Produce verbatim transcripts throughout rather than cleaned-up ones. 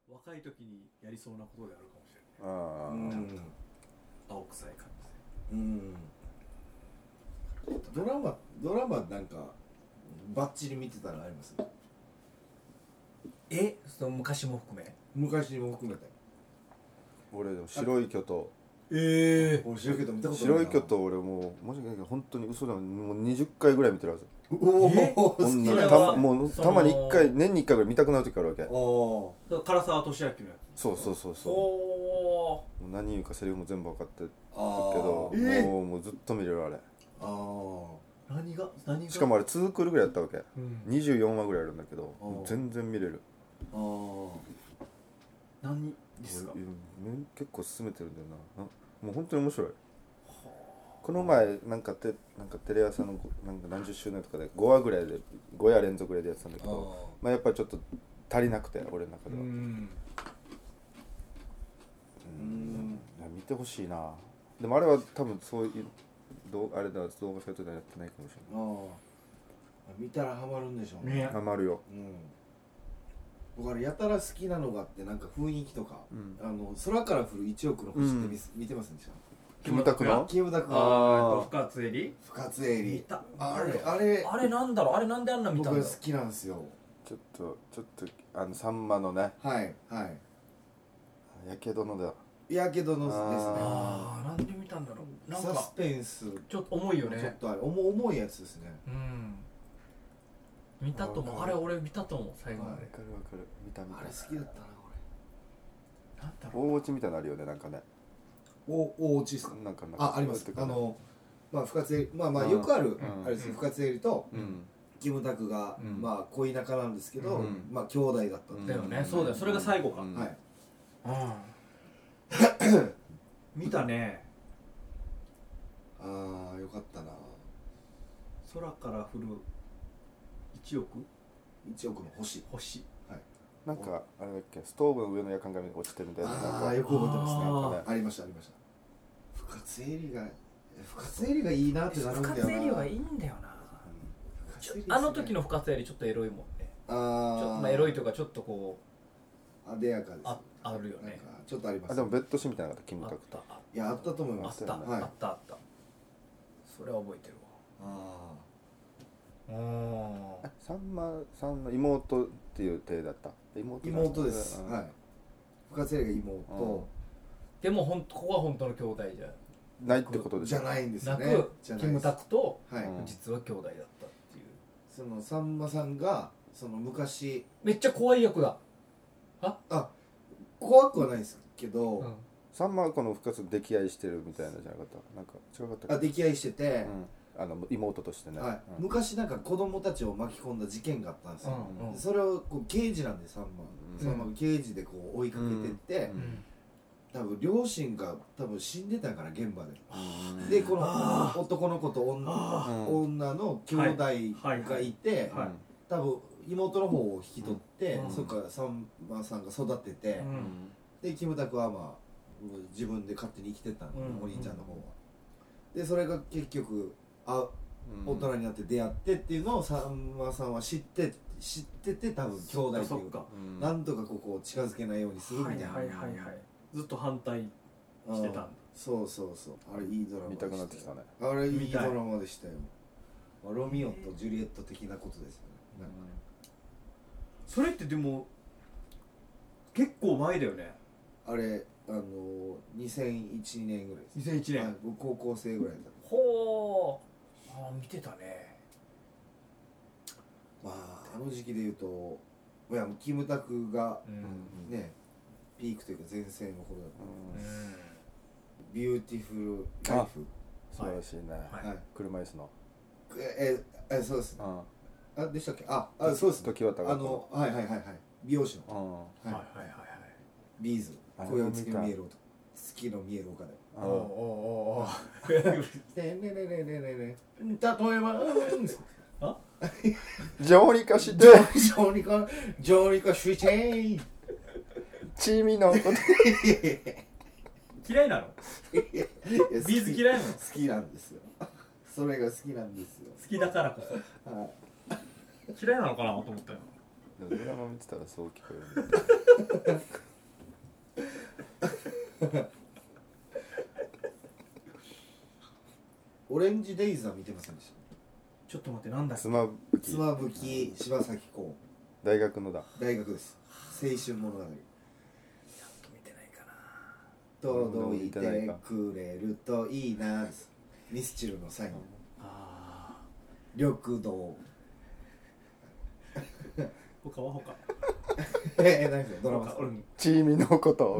若い時にやりそうなことであるかもしれない。 ああ、 うん、青臭い感じで。うん。ドラマドラマなんかバッチリ見てたのあります？ え、その昔も含め？ 昔も含めて。 俺でも白い巨頭。 ええー。 俺白い巨頭見たことないな。 白い巨頭俺もう申し訳ないけど本当に嘘だもんもうにじゅっかいぐらい見てるはず。 おお、好きなたもうたまにいっかい年にいっかいぐらい見たくなる時あるわけ。 おお。唐沢俊明のやつ。 そうそうそうそう。 おお。 何言うかセリフも全部分かってるけあど、 ーえー、 もうもうずっと見れるあれ。 ああ。 何が何が。 しかもあれツークールぐらいやったわけ。 うん、 にじゅうよんわぐらいあるんだけど、全然見れる。 ああ。 何ですか？ 結構進めてるんだよな。もう本当に面白い。この前なんかテなんかテレ朝のなんか何十周年とかでごわぐらいでごや連続ぐらいでやってたんだけど、まあやっぱりちょっと足りなくて俺の中では。うん。うん。見てほしいな。でもあれは多分そういうどあれだ動画サイトではやってないかもしれない。 ああ。見たらハマるんでしょうね。 ハマるよ。 うん。僕あれやたら好きなのがあってなんか雰囲気とか、うん、あの空から降るいちおくの星って 見,、うん、見てますんでしょ？ キムタクのキムタクのあ深津絵里深津絵里見たあれあれあれなんだろうあれなんであんな見たんだろう。 僕好きなんですよ。 ちょっとちょっとあのさんまのねはいはいやけどのだやけどのですね。 ああなんで見たんだろう。なんかサスペンスちょっと重いよね。 ちょっとあれ重重いやつですね。 うん見たと思う。あれ俺見たと思う最後まで。 わかるわかる見た見た。 あれ好きだったな俺。なんだろう。 大落ちみたいなのあるよねなんかね。 お大落ちですか？ なんかなんかああります。あのまあ深津絵里まあまあよくあるあれです。深津絵里とキムタクがまあ恋仲なんですけどまあ兄弟だったんだよね。そうだよ。それが最後か。 はい。 見たね。 ああよかったな。 空から降るいちおくいちおくの星星。 はいなんかあれだっけストーブの上の夜間紙に落ちてるみたいな。 ああよく覚えてますね。ありましたありました。深津絵里が深津絵里がいいなってなるんだよな。 深津絵里はいいんだよな。あの時の深津絵里ちょっとエロいもんね。ああちょっとまあエロいというかちょっとこうあでやかです。 ああるよね。 ちょっとあります。 あでもベッドシーンみたいなのがキムタクと。 いやあったと思います。 あったあったあった。それは覚えてるわ。ああ。さんまさんの妹っていう体だった。 妹妹です。はい。深津絵里が妹。 でも本当ここは本当の兄弟じゃないってことでしょ。 じゃないんですね。 なくキムタクと実は兄弟だったっていう。 そのさんまさんがその昔めっちゃ怖い役だ。 ああ怖くはないですけど。 さんまはこの深津溺愛してるみたいなじゃなかったなんか違かったっけ？あ溺愛してて、 うん、あの妹としてね、 はいうん、昔なんか子供たちを巻き込んだ事件があったんですよ、うんうん、それをこう刑事なんでさんま、うん、さんまが刑事でこう追いかけてって、うん、多分両親が多分死んでたから現場で、うん、でこの男の子と 女, 女の兄弟がいて、はいはいはい、多分妹の方を引き取って、うん、そこからさんまさんが育てて、うん、でキムタクはまあ自分で勝手に生きてたの、うん、お兄ちゃんの方は。でそれが結局あ、うん、大人になって出会ってっていうのをさんまさんは知って知ってて多分兄弟というか、うん、なんとかここを近づけないようにするみたいな、 はいはいはいはい、ずっと反対してたんだ。 そうそうそうあれいいドラマでした。 見たくなってきたね。 あれいいドラマでしたよ。ロミオとジュリエット的なことですよね。なんかそれってでも結構前だよね。 あれあのにせんいちねんぐらいです。 にせんいちねん、はい、 僕高校生ぐらいだった。 ほーあ見てたね。 まああの時期で言うといやキムタクが、うん、ねピークというか全盛の頃だった、うん、ビューティフルライフ素晴らしいね、はいはい、車椅子のえええそうです、うん、あでしたっけ。ああそうです。 時はたがあのはいはいはいはい美容師の、 うん、はいはいはいはいビーズ今宵月の見える音月の見える丘でおおおおねねねねねねね例えばあ上理化して上理化上理化してチーミのこと嫌いなのビーズ嫌いなの。 好きなんですよ。それが好きなんですよ。 好きだからこそ、はい、嫌いなのかなと思ったよ。 でもドラマ見てたらそう聞こえるオレンジデイズは見てませんでした。 ちょっと待って、なんだっけ。 妻夫木妻夫木柴咲コウ大学のだ大学です。青春物語。 ちゃんと見てないかな。 届いてくれるといいなです。ミスチルの最後。 ああ。 緑道。 他は他。 ええ、何ですかドラマ。 チーミのことを好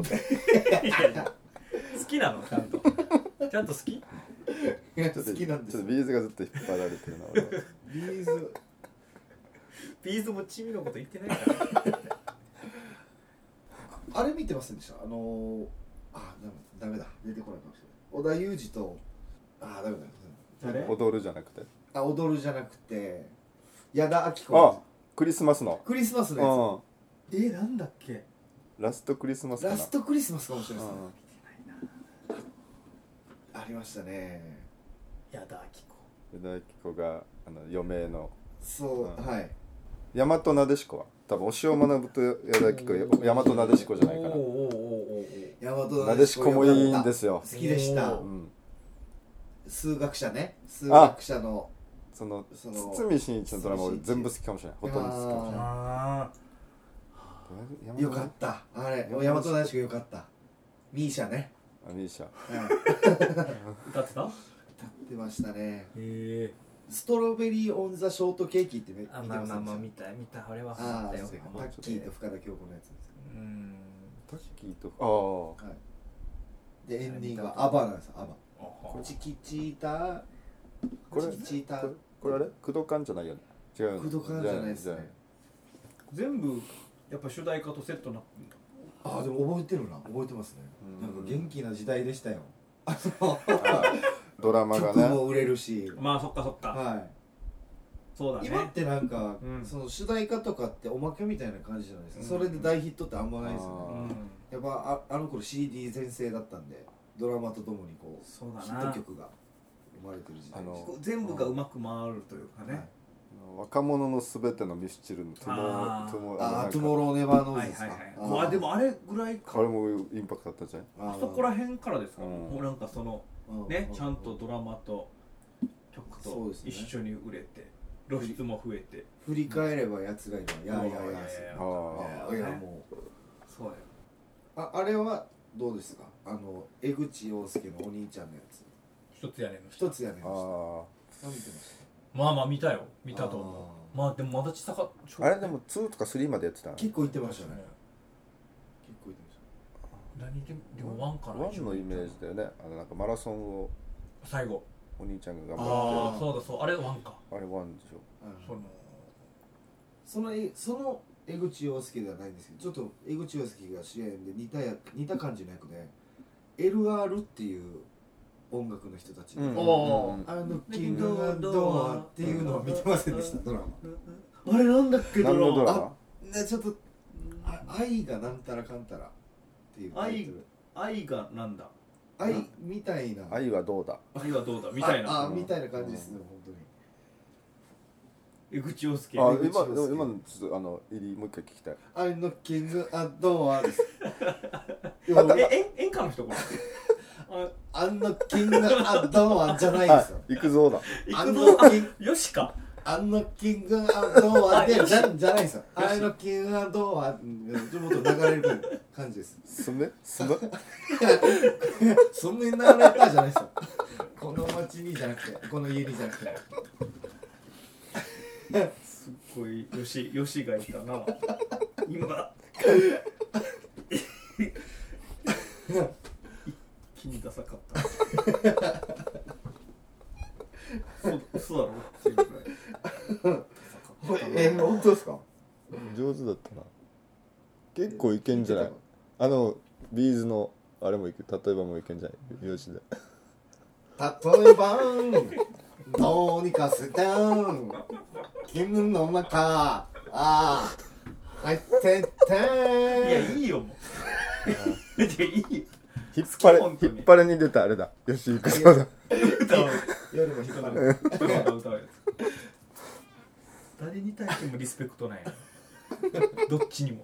きなのちゃんと。ちゃんと好き？ いや好きなんですちょっとビーズがずっと引っ張られてるな俺ビーズビーズもチミのこと言ってないからあれ見てませんでした。あのー、あダメだ出てこないかもしれない。織田裕二とあダメだ誰？ 踊るじゃなくてあ踊るじゃなくて矢田亜希子。 あクリスマスのクリスマスのやつ。えなんだっけ。 ラストクリスマスかな。 ラストクリスマスかもしれないですね。ありましたね。 矢田亜希子。 矢田亜希子があの余命のそう、うん、はい大和なでしこは多分押尾学と矢田亜希子大和なでしこじゃないかな。 大和なでしこもいいんですよ。 好きでした、 うん、 数学者ね数学者のその堤真一のドラマ俺全部好きかもしれない。ほとんど好きかもしれない。 よかったあれ大和なでしこよかった。ミーシャね。 ミーシャ、 はい、歌ってた？ 歌ってましたね。 へえ。 ストロベリーオンザショートケーキって見てました。 まあまあまあ見た見たあれはあったよ。 タッキーと深田恭子のやつです。 うん。タッキーとああ。 はい。でエンディングはアバなんです。アバ。チキチータ。 これチキチータ。 これあれ？クドカンじゃないよね。違う。 クドカンじゃないですね。 全部やっぱ主題歌とセットな。 ああでも覚えてるな覚えてますね。なんか元気な時代でしたよ。 ドラマがね。 曲も売れるし。 まあそっかそっか。 はい。 そうだね。 今ってなんか、 うん、 その主題歌とかっておまけみたいな感じじゃないですか。うん、それで大ヒットってあんまないですよね。うん、やっぱああの頃 シーディー 全盛だったんでドラマとともにこうそうだなヒット曲が生まれてる時代。あの全部がうまく回るというかね。はい、 若者のすべてのミスチルのトゥモあートゥモローネバーノーズですか。 まあでもあれぐらいか。あれもインパクトあったじゃん。 あそこら辺からですか。もうなんかそのねちゃんとドラマと曲と一緒に売れて露出も増えて。 振り返ればやつがいる。やいやいや。ああいやもうそうや。 ああれはどうですか。あの江口洋介のお兄ちゃんのやつ。 一つ屋根の一つ屋根の下。あ見てました。 まあまあ見たよ見たと思う。まあでもまだ小さかった。 あれでもツーとかスリーまでやってた。 結構行ってましたね。結構行ってました。何ででもワンかな。 ワンのイメージだよね。あのなんかマラソンを最後お兄ちゃんが頑張って。 ああそうだそうあれワンか。 あれワンでしょ。 そのそのその江口洋介ではないんですけど、ちょっと江口洋介が主演で似たや似た感じの役で エルアール っていう音楽の人たちで、うん、あのキングアドアっていうのを見てませんでした。ドラマあれなんだっけ。 何のドラマ？ ねちょっと愛がなんたらかんたらっていうタイトル。 愛がなんだ。 愛みたいな。 愛はどうだ。 愛はどうだみたいな。 あみたいな感じですね本当に。 江口洋介。 あ今でも今のちょっとあの入りもう一回聞きたい。 愛のキングアドアです。 ええ演歌の人これ。 あんのキングアドアじゃないですよ。 行くぞだ。 行くぞ。あよしか。 あのキングアドアでじゃじゃないですよ。あのキングアドアちょっと流れる感じです。 すめすめ。 そんなに流れたじゃないですよ。この町にじゃなくてこの家にじゃなくて。 すっごいよしよしがいたな。今。一気にダサかった。そう嘘だろっていうぐらい。 えー、本当ですか。 上手だったな。結構いけんじゃない。あのビーズのあれもいけ例えばもいけんじゃないよしで。 例えばどうにかして君の中ああ入ってっていやいいよもう。いやいいよ。 引っ張れ引っ張れに出たあれだ。よし行くぞだ。 歌う夜も人が歌うやつ。誰に対してもリスペクトない。 どっちにも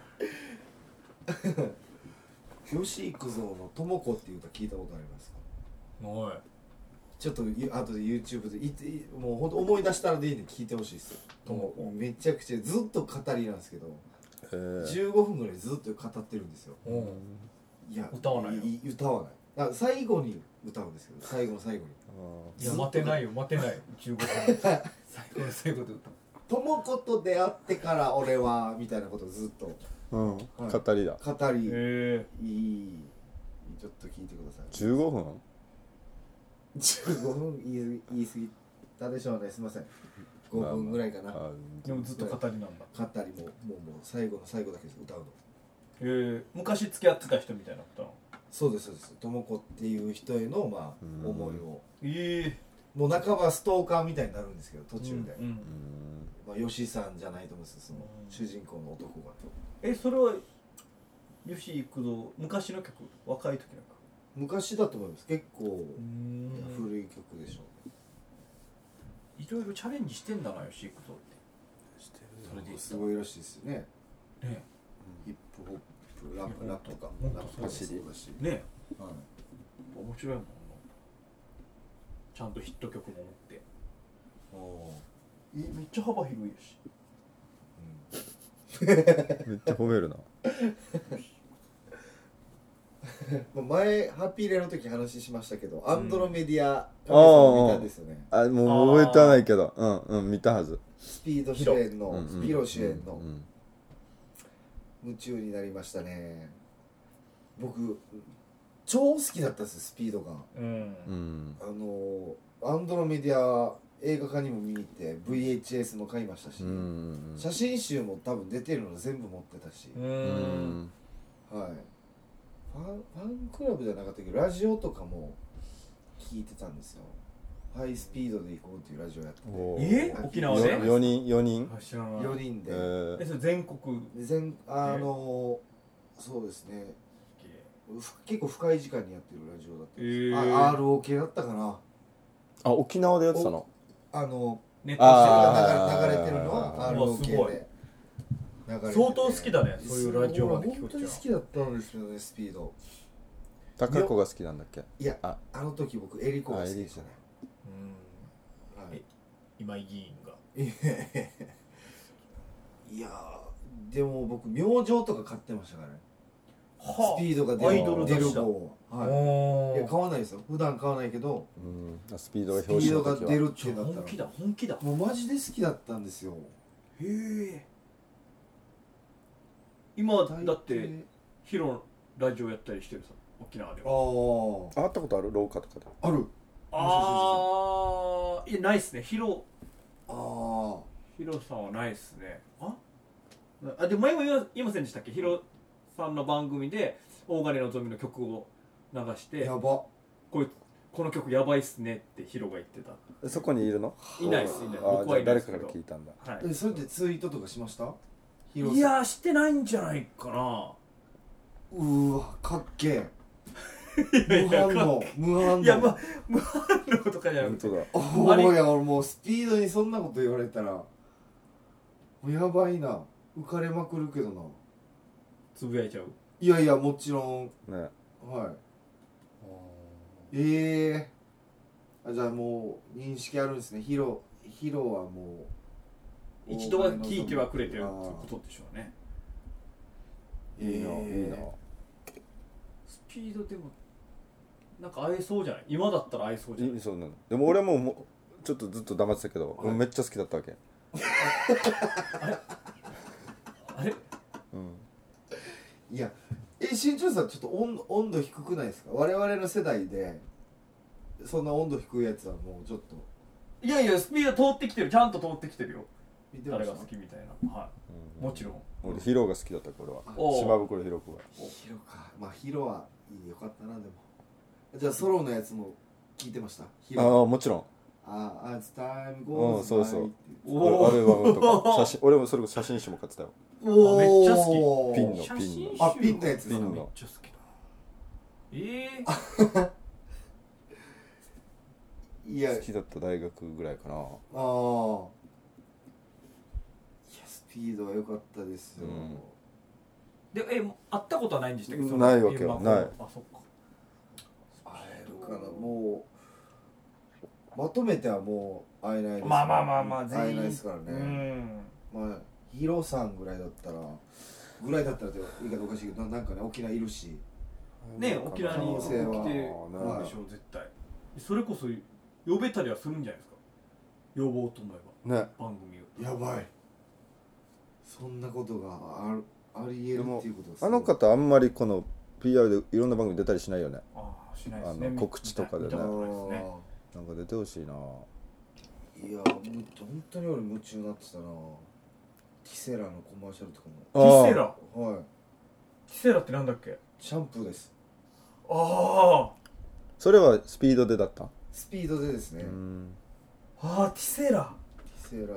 吉幾三の「ともこ」っていう歌聞いたことありますか？ おいちょっと後で YouTube でいいもうほんと思い出したらでいいんで聞いてほしいですよ。ともこめちゃくちゃずっと語りなんですけど、じゅうごふんぐらいずっと語ってるんですよ。いや歌わないよ。 い歌わない。だから最後に歌うんですけど、最後の最後に。 いや待てないよ待てないよじゅうごふん最後の最後で歌う。 ともこと出会ってから俺はみたいなことをずっと、 うん、 はい、 語りだ語り、 えー、いいちょっと聞いてください。 じゅうごふんじゅうごふん言い言い過ぎたでしょうね、すみません。ごふんぐらいかな、まあまあ、でもずっと語りなんだ。 語りももうもう最後の最後だけです歌うの。 えー、昔付き合ってた人みたいなことなの？ そうですそうです。ともこっていう人へのまあ思いを、 えー、もう半ばストーカーみたいになるんですけど途中で、うんうん、まあ、吉さんじゃないと思うんですよ、その主人公の男が。 え、それは吉幾三昔の曲、若い時の曲？ 昔だと思います。結構古い曲でしょうね。 いろいろチャレンジしてんだな吉幾三って。 してる。それですごいらしいですよね。 ね、 ヒップホップ、ラップラップとか、ラップ走りだし。 ね、はい。面白いもんな。ちゃんとヒット曲も持って。え、めっちゃ幅広いし。 うん、めっちゃ褒めるな。 前ハッピーレの時話しましたけど、アンドロメディアカメさん見たんですよね。 あ、もう覚えてはないけど、うんうん見たはず。 スピード主演のヒロ主演の夢中になりましたね。僕超好きだったんですスピードが。うん、あのアンドロメディア映画館にも見に行って ブイエイチエス も買いましたし、写真集も多分出てるの全部持ってたし、はい。ファン、ファンクラブじゃなかったけどラジオとかも聞いてたんですよ。ハイスピードで行こうっていうラジオやってて。え？沖縄でよにんよにんよにんで、えー、それ全国全あのそうですね、結構深い時間にやってるラジオだったんです、えー、あ アールオーケー だったかなあ。沖縄でやってたの？ あのネットで流れてるのは アールオーケー で相当好きだね、そういうラジオまで聞く。 本当に好きだったんですよね、スピード。 高子が好きなんだっけ？ いや、あ, あの時僕エリコが好きでしたね。 うん、はい、今井議員が。 いやでも僕明星とか買ってましたからね。はあ、スピードが出る、アイドル出る方は、はい、いや買わないですよ、普段買わないけど、 うん、スピードが表紙の時はスピードが出るってなったら本気だ本気だ、 もうマジで好きだったんですよ。 へえ。今だってヒロラジオやったりしてるさ、沖縄では。 ああ、会ったことある？廊下とかである。 ああ、いやないっすね。ヒロああヒロさんはないっすね。ああ、でも前も言いませんでしたっけ、ヒロさんの番組で大金のぞみの曲を流して、 やばこいこの曲やばいっすねってヒロが言ってた。 そこにいるの？ いないっす、いない。 僕はいないですけど。誰かから聞いたんだ。 はい、それでツイートとかしました？ いやしてないんじゃないかな。 うーわかっけえ。無反応無反応。 いや無反応とかじゃなくて、 本当だ。おいや俺もうスピードにそんなこと言われたらもうやばいな、浮かれまくるけどな。 つぶやいちゃう？ いやいやもちろんね。 はい。ええー、あ、じゃあもう認識あるんですね。ヒロヒロはもう一度は聞いてはくれてるってことでしょうね。 いいな、いいな。 スピードでもなんか合えそうじゃない？今だったら合えそうじゃない？ そうなの。でも俺ももうちょっとずっと黙ってたけど、はい、めっちゃ好きだったわけ。 あれ？あれ？ うん。いや、え、新庄さんちょっと温度温度低くないですか？我々の世代でそんな温度低いやつはもうちょっと。 いやいや、スピード通ってきてる、ちゃんと通ってきてるよ。誰が好きみたいな。はい、うん、もちろん。 俺ヒロが好きだったから俺は。島袋ヒロ子が。 ヒロか。まあヒロはいい、よかったな。でもじゃあソロのやつも聞いてました？ヒロ。 ああもちろん。 ああ、As time goes by。 うん、そうそう。アルバムとか写真、俺もそれこそ写真集も買ってたよ。 おお、めっちゃ好き。ピンのピンの。あ、ピンのやつですか？ めっちゃ好きだ。ええー。 いや好きだった大学ぐらいかな。ああ。 いやスピードは良かったですよ、うんでえ会ったことはないんでしたっけ？ ないわけよ。ない。 あ、そっか。 会えるかな。もうまとめてはもう会えないです、ね、 まあまあまあまあ会えないですからね、うん、まあヒロさんぐらいだったらぐらいだったら言い方おかしいけどなんかね沖縄いるしね沖縄に来てるでしょ絶対。それこそ呼べたりはするんじゃないですか、呼ぼうと思えば、ね、番組を。 やばい、そんなことがあるありえるっていうことです。 あの方あんまりこの ピーアール でいろんな番組出たりしないよね。 ああ、しないですね。 あの告知とかでね。なんか出てほしいな。 いや本当に俺夢中になってたな。ティセラのコマーシャルとかも。 ティセラ、 はい。 ティセラってなんだっけ？ シャンプーです。 ああ、 それはスピードでだった？ スピードでですね。 ああ、ティセラティセラとか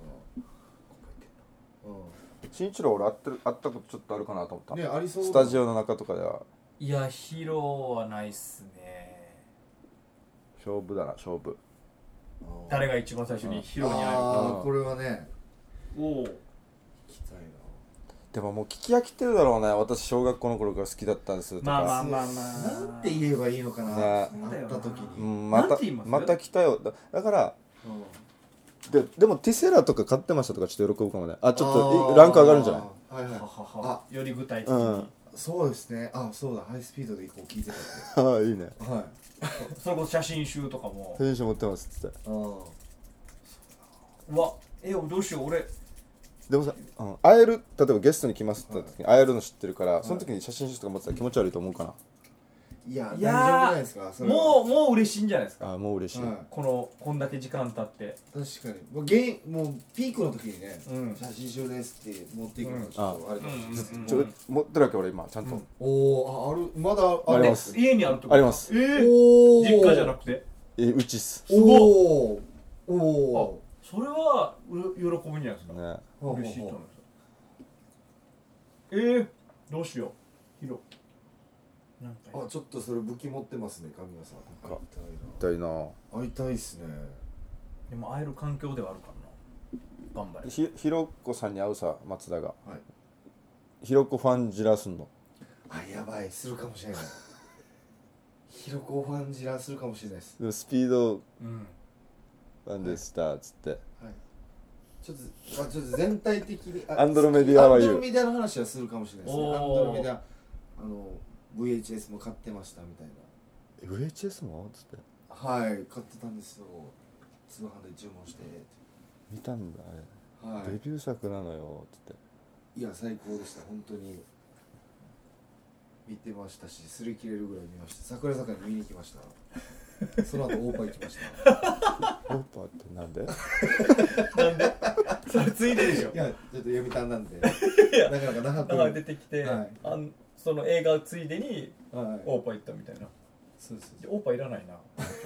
うん新一郎俺会ってる会ったことちょっとあるかなと思った。 ね、ありそう。 スタジオの中とかでは。 いや、ヒロはないっすね。 勝負だな、勝負。 誰が一番最初にヒロに会えるか。 ああ、これはね。 おお。聞きたいな。 でももう聞き飽きてるだろうね。私小学校の頃から好きだったんですとか。 まあまあまあまあ。 なんて言えばいいのかな。会った時に。 うん、またまた来たよ。だ, だから。うんで, でもティセラとか買ってましたとかちょっと喜ぶかもね。あ、ちょっとランク上がるんじゃない？ はいはい。 あ、より具体的に、うん、 そうですね。あ、そうだ、ハイスピードでいこう聞いてたああ、いいね。 はい。 それこそ写真集とかも写真集持ってますって。 ああ。 うわ、え、どうしよう俺。 でもさ、うん、会える、例えばゲストに来ますって言った時に会えるの知ってるから、はい、その時に写真集とか持ってたら気持ち悪いと思うかな。 いや、大丈夫じゃないですか。それもうもう嬉しいんじゃないですか。 あ、もう嬉しい、はい、 このこんだけ時間経って。 確かにもうゲもうピークの時にね、うん、写真集ですって持っていくのちょっとあれだし、 ちょ持ってるわけ俺今ちゃんと、うん、 おお、ある、まだあります。 家にあるってこと？ あります。 えー、お実家じゃなくて、 えー、うちっす。 すごい。おお、それは喜ぶんじゃないですか、ね、嬉しいと思います。えー、どうしようヒロ。 あ、ちょっとそれ武器持ってますね、神谷さん。 会いたいな。 会いたいっすね。 でも会える環境ではあるからな。頑張れ。 ひひろこさんに会うさ、松田が。はい。ひろこファンじらすんの。 あ、やばい、するかもしれない。ひろこファンじらするかもしれないです。 でもスピードファンでしたっつって。はい。 ちょっと、まあ、ちょっと全体的に。 アンドロメディアは言う。 アンドロメディアの話はするかもしれないですね。アンドロメディア、あの。ブイエイチエス も買ってましたみたいな。 ブイエイチエス もつって。 はい、買ってたんですよ。通販で注文して見たんだあれ、はい、デビュー作なのよつって。 いや最高でした、本当に見てましたし、擦り切れるぐらい見ました。桜坂に見に行きましたその後オーパー行きましたオーパーってなんでなんでそれついででしょ。 いやちょっと読みたんなんでなかなか那覇君出てきて、はい、あんその映画ついでにオーパー行ったみたいな。そうそうそう、オーパーいらないな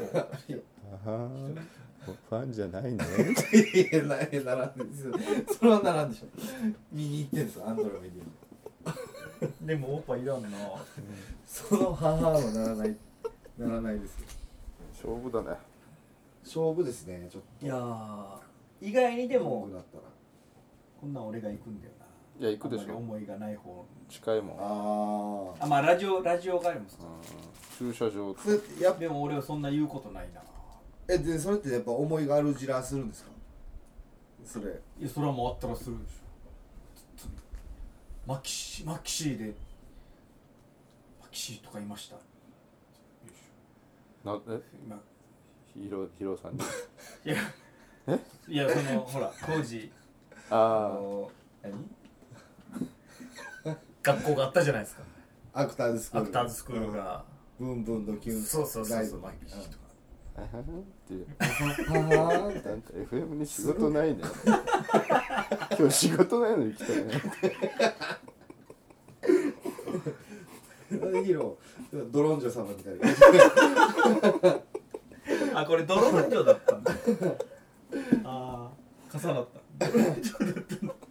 ファンじゃないねいや、ならんですよ。それはならんでしょ。見に行ってんですよ、アンドロメディアでもオーパーいらんなその母はならないならないですよ。 勝負だね。 勝負ですね、ちょっと。 いやー、意外にでもこんなん俺が行くんだよな。 いや、行くでしょ。 思いがない方近いもん。 ああ、まあラジオラジオがありますか。 駐車場。 やでも俺はそんな言うことないな。 え、でそれってやっぱ思いがあるじらするんですか。それ。 いや、それはもうあったらするでしょ。マキシマキシーでマキシーとかいました。 なえ今ヒーローヒーローさんに。 いやえいや、そのほら当時ああ何学校があったじゃないですか。 アクターズスクール。 アクターズスクールが。 ブンブンドキュン。 そうそうそうそう。マキシーとか。 あははっていう。あはは。なんか エフエム に仕事ないね。今日仕事ないのに来たね。 ヒーロードロンジョ様みたいな。あ、これドロンジョだったんだ。ああ、重なった。ドロンジョだったの。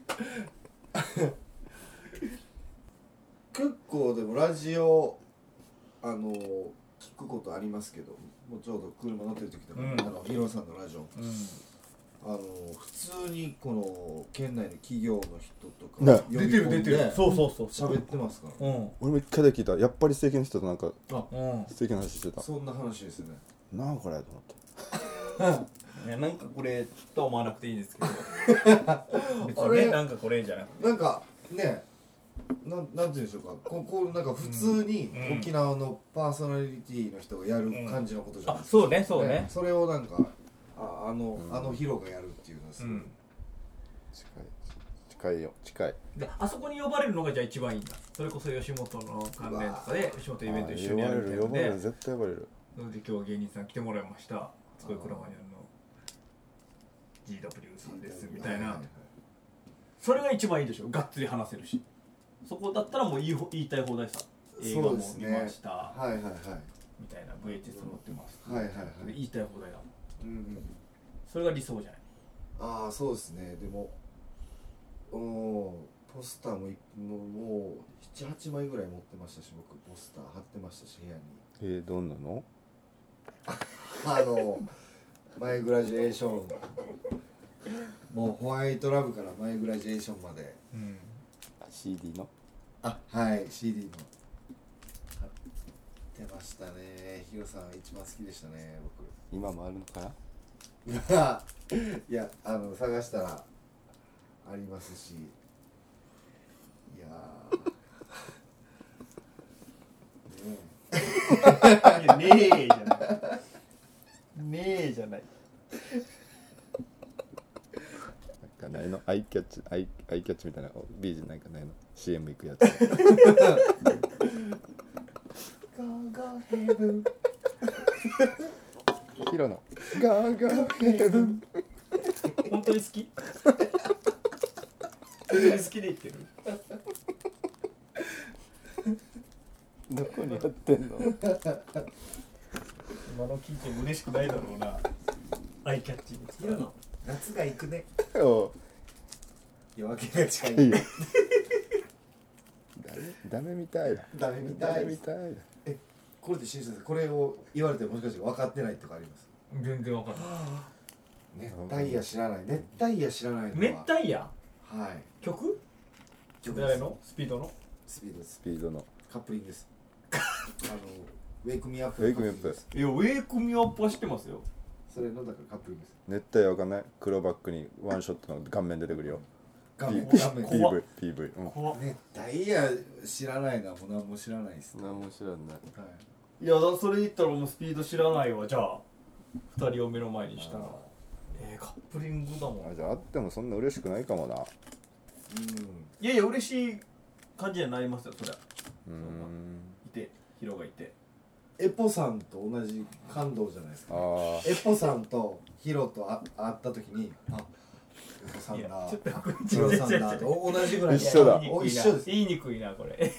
結構でもラジオあの聞くことありますけど、もうちょうど車乗ってる時とか、うん、あのヒロさんのラジオ、うん、 あの普通にこの県内の企業の人とかね出てる出てるそうそうそう喋ってますから、 うん、 俺も一回だけ聞いた。やっぱり素敵な人となんかあ、うん、 素敵な話してた。 そんな話ですね。 なあこれと思っていやなんかこれと思わなくていいですけど別にねなんかこれじゃなくてなんかねなんなんていうんでしょうか、ここうなんか普通に沖縄のパーソナリティの人がやる感じのことじゃないですか、 うん、あそうねそうね、 それをなんかああの、うん、あのヒロがやるっていうのはすごい、うん、 近い近いよ近いであそこに呼ばれるのがじゃあ一番いいんだ。それこそ吉本の関連とかで吉本イベント一緒にやるみたいなので、呼ばれる絶対呼ばれる。 それで今日は芸人さん来てもらいました、すごいクラマニャンの ジーダブリュー さんですみたいな、それが一番いいでしょ。がっつり話せるし、そこだったらもう言い、言いたい放題さ、映画も見ました、 はいはいはいみたいな ブイエイチエス 持ってます、 はいはいはい、 言いたい放題だもん、 うんうん、 それが理想じゃない。 ああそうですね。でもおポスターももうななはちまいぐらい持ってましたし、僕ポスター貼ってましたし部屋に。 えー、どんなのあのマイグラジュエーション、もうホワイトラブからマイグラジュエーションまで、 うん、 シーディー のあはい シーディー の貼ってましたね。ヒロさん一番好きでしたね僕。 今もあるのかな。 いやあの探したらありますし、いやーねえねえじゃないねえじゃないなんかないのアイキャッチアイアイキャッチみたいな ビージー なんかないの シーエム 行くやつヒロのガーガーヘブン本当に好き本当に好きで言ってるどこにやってんの今の聞いても嬉しくないだろうな。アイキャッチにヒロの夏が行くね。 お夜明けが近い。いいよダメダメみたいだ。 ダメみたい。ダメみたい。え、これで新先生、これを言われてもしかして分かってないとかあります？ 全然分かんない。 熱帯夜知らない。熱帯夜知らないのは。 熱帯夜？はい。曲？ 曲誰の？スピードの？ スピードです。 スピードのカップリングです。あのウェイクミーアップ。 ウェイクミーアップ。 いやウェイクミーアップは知ってますよ。 それのだからカップリングです。 熱帯夜わかんない？黒バックにワンショットの顔面出てくるよ。 顔面。 ピーブイ ピーブイ。ピーブイ。 熱帯夜知らないな。もう何も知らないです。 何も知らない。 はい。 いやだそれ言ったらもうスピード知らないわ。じゃあ二人を目の前にしたら。えー、カップリングだもん。 あじゃああってもそんな嬉しくないかもな。うん。 いやいや嬉しい感じになりますよそりゃ。 うん。 いてヒロがいて。 エポさんと同じ感動じゃないですか、ね。エポさんとヒロとあ会った時に、あ、エポさんだ、ヒロさんだと同じぐらい一緒だ。 一緒です。 言いにくいなこれ。違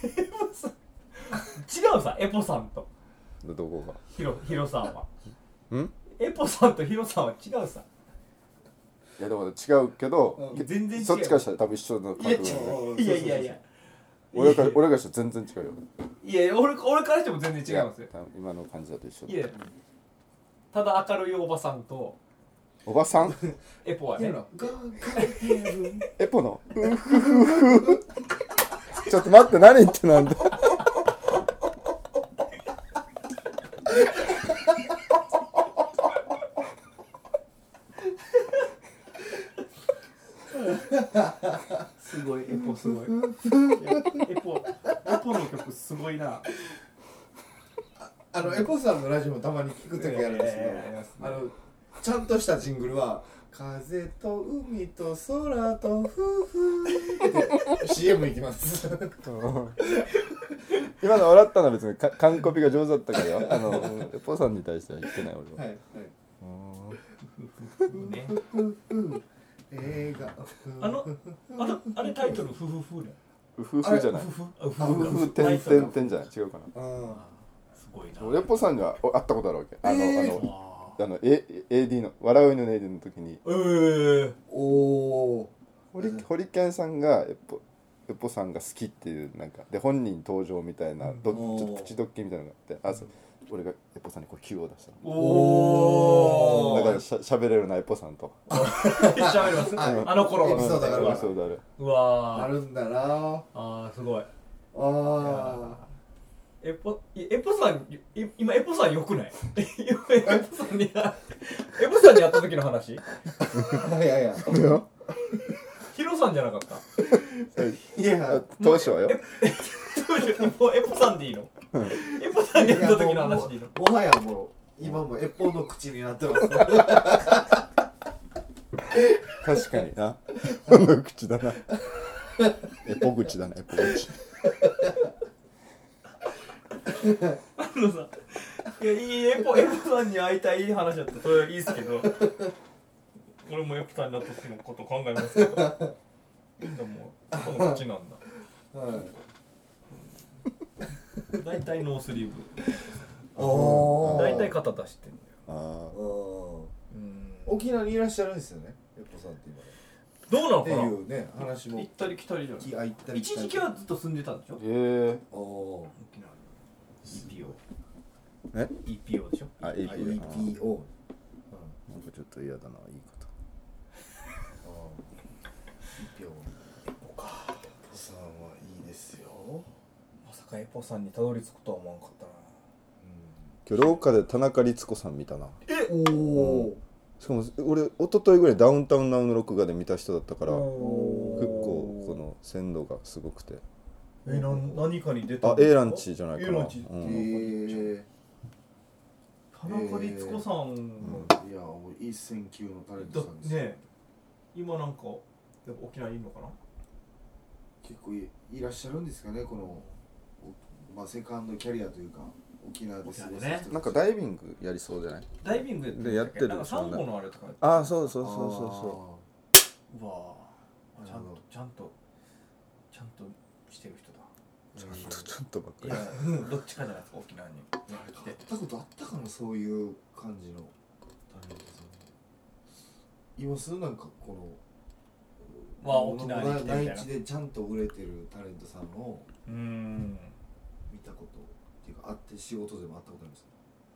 うさエポさんと。 どこが？ ヒロヒロさんは。 ん？ エポさんとヒロさんは違うさ。 いやでも違うけど、 全然違う。 そっちからしたら多分一緒の感覚だね。いやいやいや。 俺から俺からしたら全然違うよ。 いや俺俺からしても全然違いますよ。 今の感じだと一緒だ。 いやただ明るいおばさんとおばさんエポはね。 エポのちょっと待って何言ってなんだ。 すごいエポすごいエポエポの曲すごいな。 あのエポさんのラジオもたまに聞く時あるんですけど、あのちゃんとしたジングルは風と海と空とふふって シーエム 行きます今の笑ったのは別にか完コピが上手だったからよ。あのエポさんに対しては言ってない俺は。はいはい。ね。 映画あのあのあれタイトルフフフね。 フフフじゃない。フフフてんてんてんじゃない違うかな。 すごいな。 エポさんには会ったことあるわけ。あのあのあの エーディー の笑う犬の エーディー の時に。 ええ。 おお。 ホリホリケンさんがエポエポさんが好きっていうなんかで本人登場みたいなどちょっと口ドッキリみたいなのがあって、あそう俺がエポさんにこう Q を出したの。 おおだからしゃしゃべれるなエポさんと。 喋りますあの頃エピソードがあるエピソードある。 うわーあるんだなああーすごいあエポエポさんい今エポさんよくない今エポさんにエポさんに会った時の話いやいやヒロさんじゃなかったいや当初はよ。 もうエポさんでいいのエポさんに会った時の話でいいのもはやもう今もエポの口になってます確かにな。あの口だな。エポ口だなエポ口。 あのさいやいいエポエポさんに会いたい話だったらそれはいいですけど俺もエポさんになった時のこと考えますけどみんなもうこの口なんだはい大体ノースリーブおー大体肩出してんだよああ。 うん沖縄にいらっしゃるんですよねエポさんって今どうなのかなっていうね話も行ったり来たりじゃないきあ行ったり来一たり時期はずっと住んでたんでしょへえ。 おお沖縄に イーピーオーえイーピーオー でしょあ イーピーオーー イーピーオーなんかちょっと嫌だな言い方。 イーピーオーエポかエポさんはいいですよまさかエポさんにたどり着くとは思わんかったな今日廊下で田中律子さん見たな。 おおしかも俺一昨日ぐらいダウンタウンナウの録画で見た人だったから結お構この鮮度がすごくて。 えな何かに出たあ A ランチじゃないか A な。 ランチうんえ田中律子さんの、 ーいやもう一線級のタレンだトさんですよね今なんかやっぱ沖縄にいるのかな結構 い, いらっしゃるんですかねこの、おまあ、セカンドキャリアというか沖縄で過ごす人たち、 ねなんかダイビングやりそうじゃない？ ダイビングでやってるなんかサンゴのあれとかああそうそうそうそうそうわあちゃんなるほどとちゃんとちゃんとしてる人だちゃんとちょっとばっかいりやどっちかじゃないですか沖縄にう会ったことあったかなそういう感じのタレントさんいますなんかこのまあ沖縄に来てみたいな内地でちゃんと売れてるタレントさんをうーん見たことっていうか会って仕事でも会ったことあります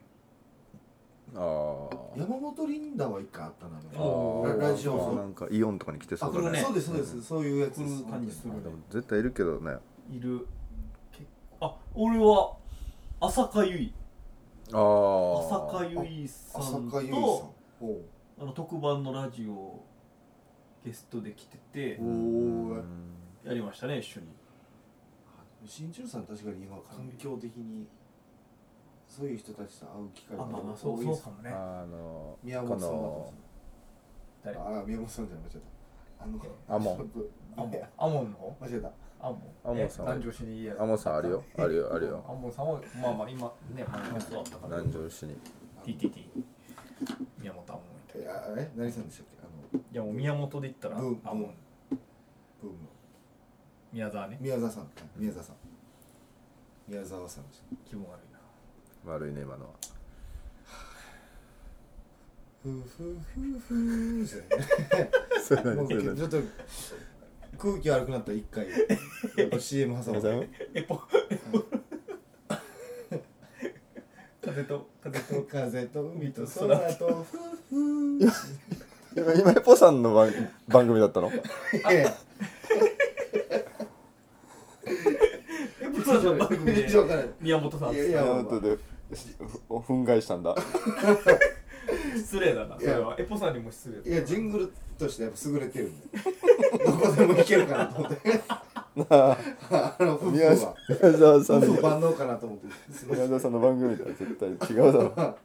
あー山本リンダは一回あったなあーララジオなんかイオンとかに来てそうだねあ来るねそうですそうです、そういうやつ来でする感じするあでも絶対いるけどねいる結構あ俺は浅香唯ああ浅香唯さ浅ん香唯さんとほあの特番のラジオゲストで来ててうおーやりましたね一緒に新中さん確かに今環境的にそういう人たちと会う機会あがまあまあそう多いですそうかもねあの宮本さんだと誰ああ宮本さんじゃ間違えたあのアモンぶアモンいやアモンの方間違えたアモンアモンさんえ南城市にいいやつアモンさんあるよあるよあるよアモンさんはまあまあ今ね前の人だったから南城市にティーティーティー 宮本アモンみたいいやえ何さんでしたっけあのいやもう宮本で言ったらアブーモンブーム宮沢ね宮沢さん宮沢さん宮沢さんでした気分悪いな悪いね今のはふうふうふうふうですよねそれもう何それ何ちょっと空気悪くなったら一回やっぱ シーエム 挟むエポ風と風と風と海と空とふうふう今今エポさんの番番組だったのいやエポさんの番組で一応わからない宮本さんいやいやいや後でふ憤慨したんだ失礼だなそれはエポさんにも失礼いやジングルとしてやっぱ優れてるんでどこでもいけるかなと思ってあの夫婦宮は宮沢さんの夫婦万能かなと思って宮沢さんの番組では絶対違うだろ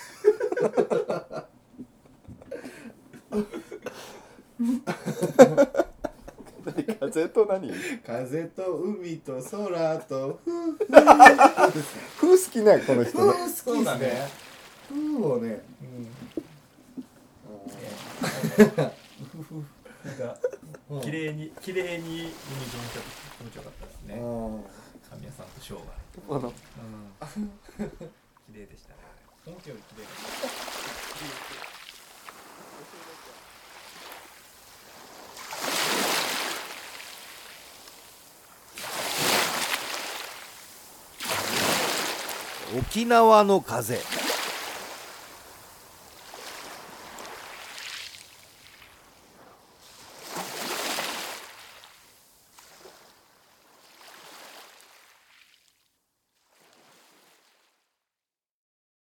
風と何風と海と空とふう風好きねこの人ふうね好きですねふうをね夫婦が綺麗に綺麗に耳気持ちよ気持ちよかったですね神谷さんとショーがこの綺麗でしたね表より綺麗でした沖縄の風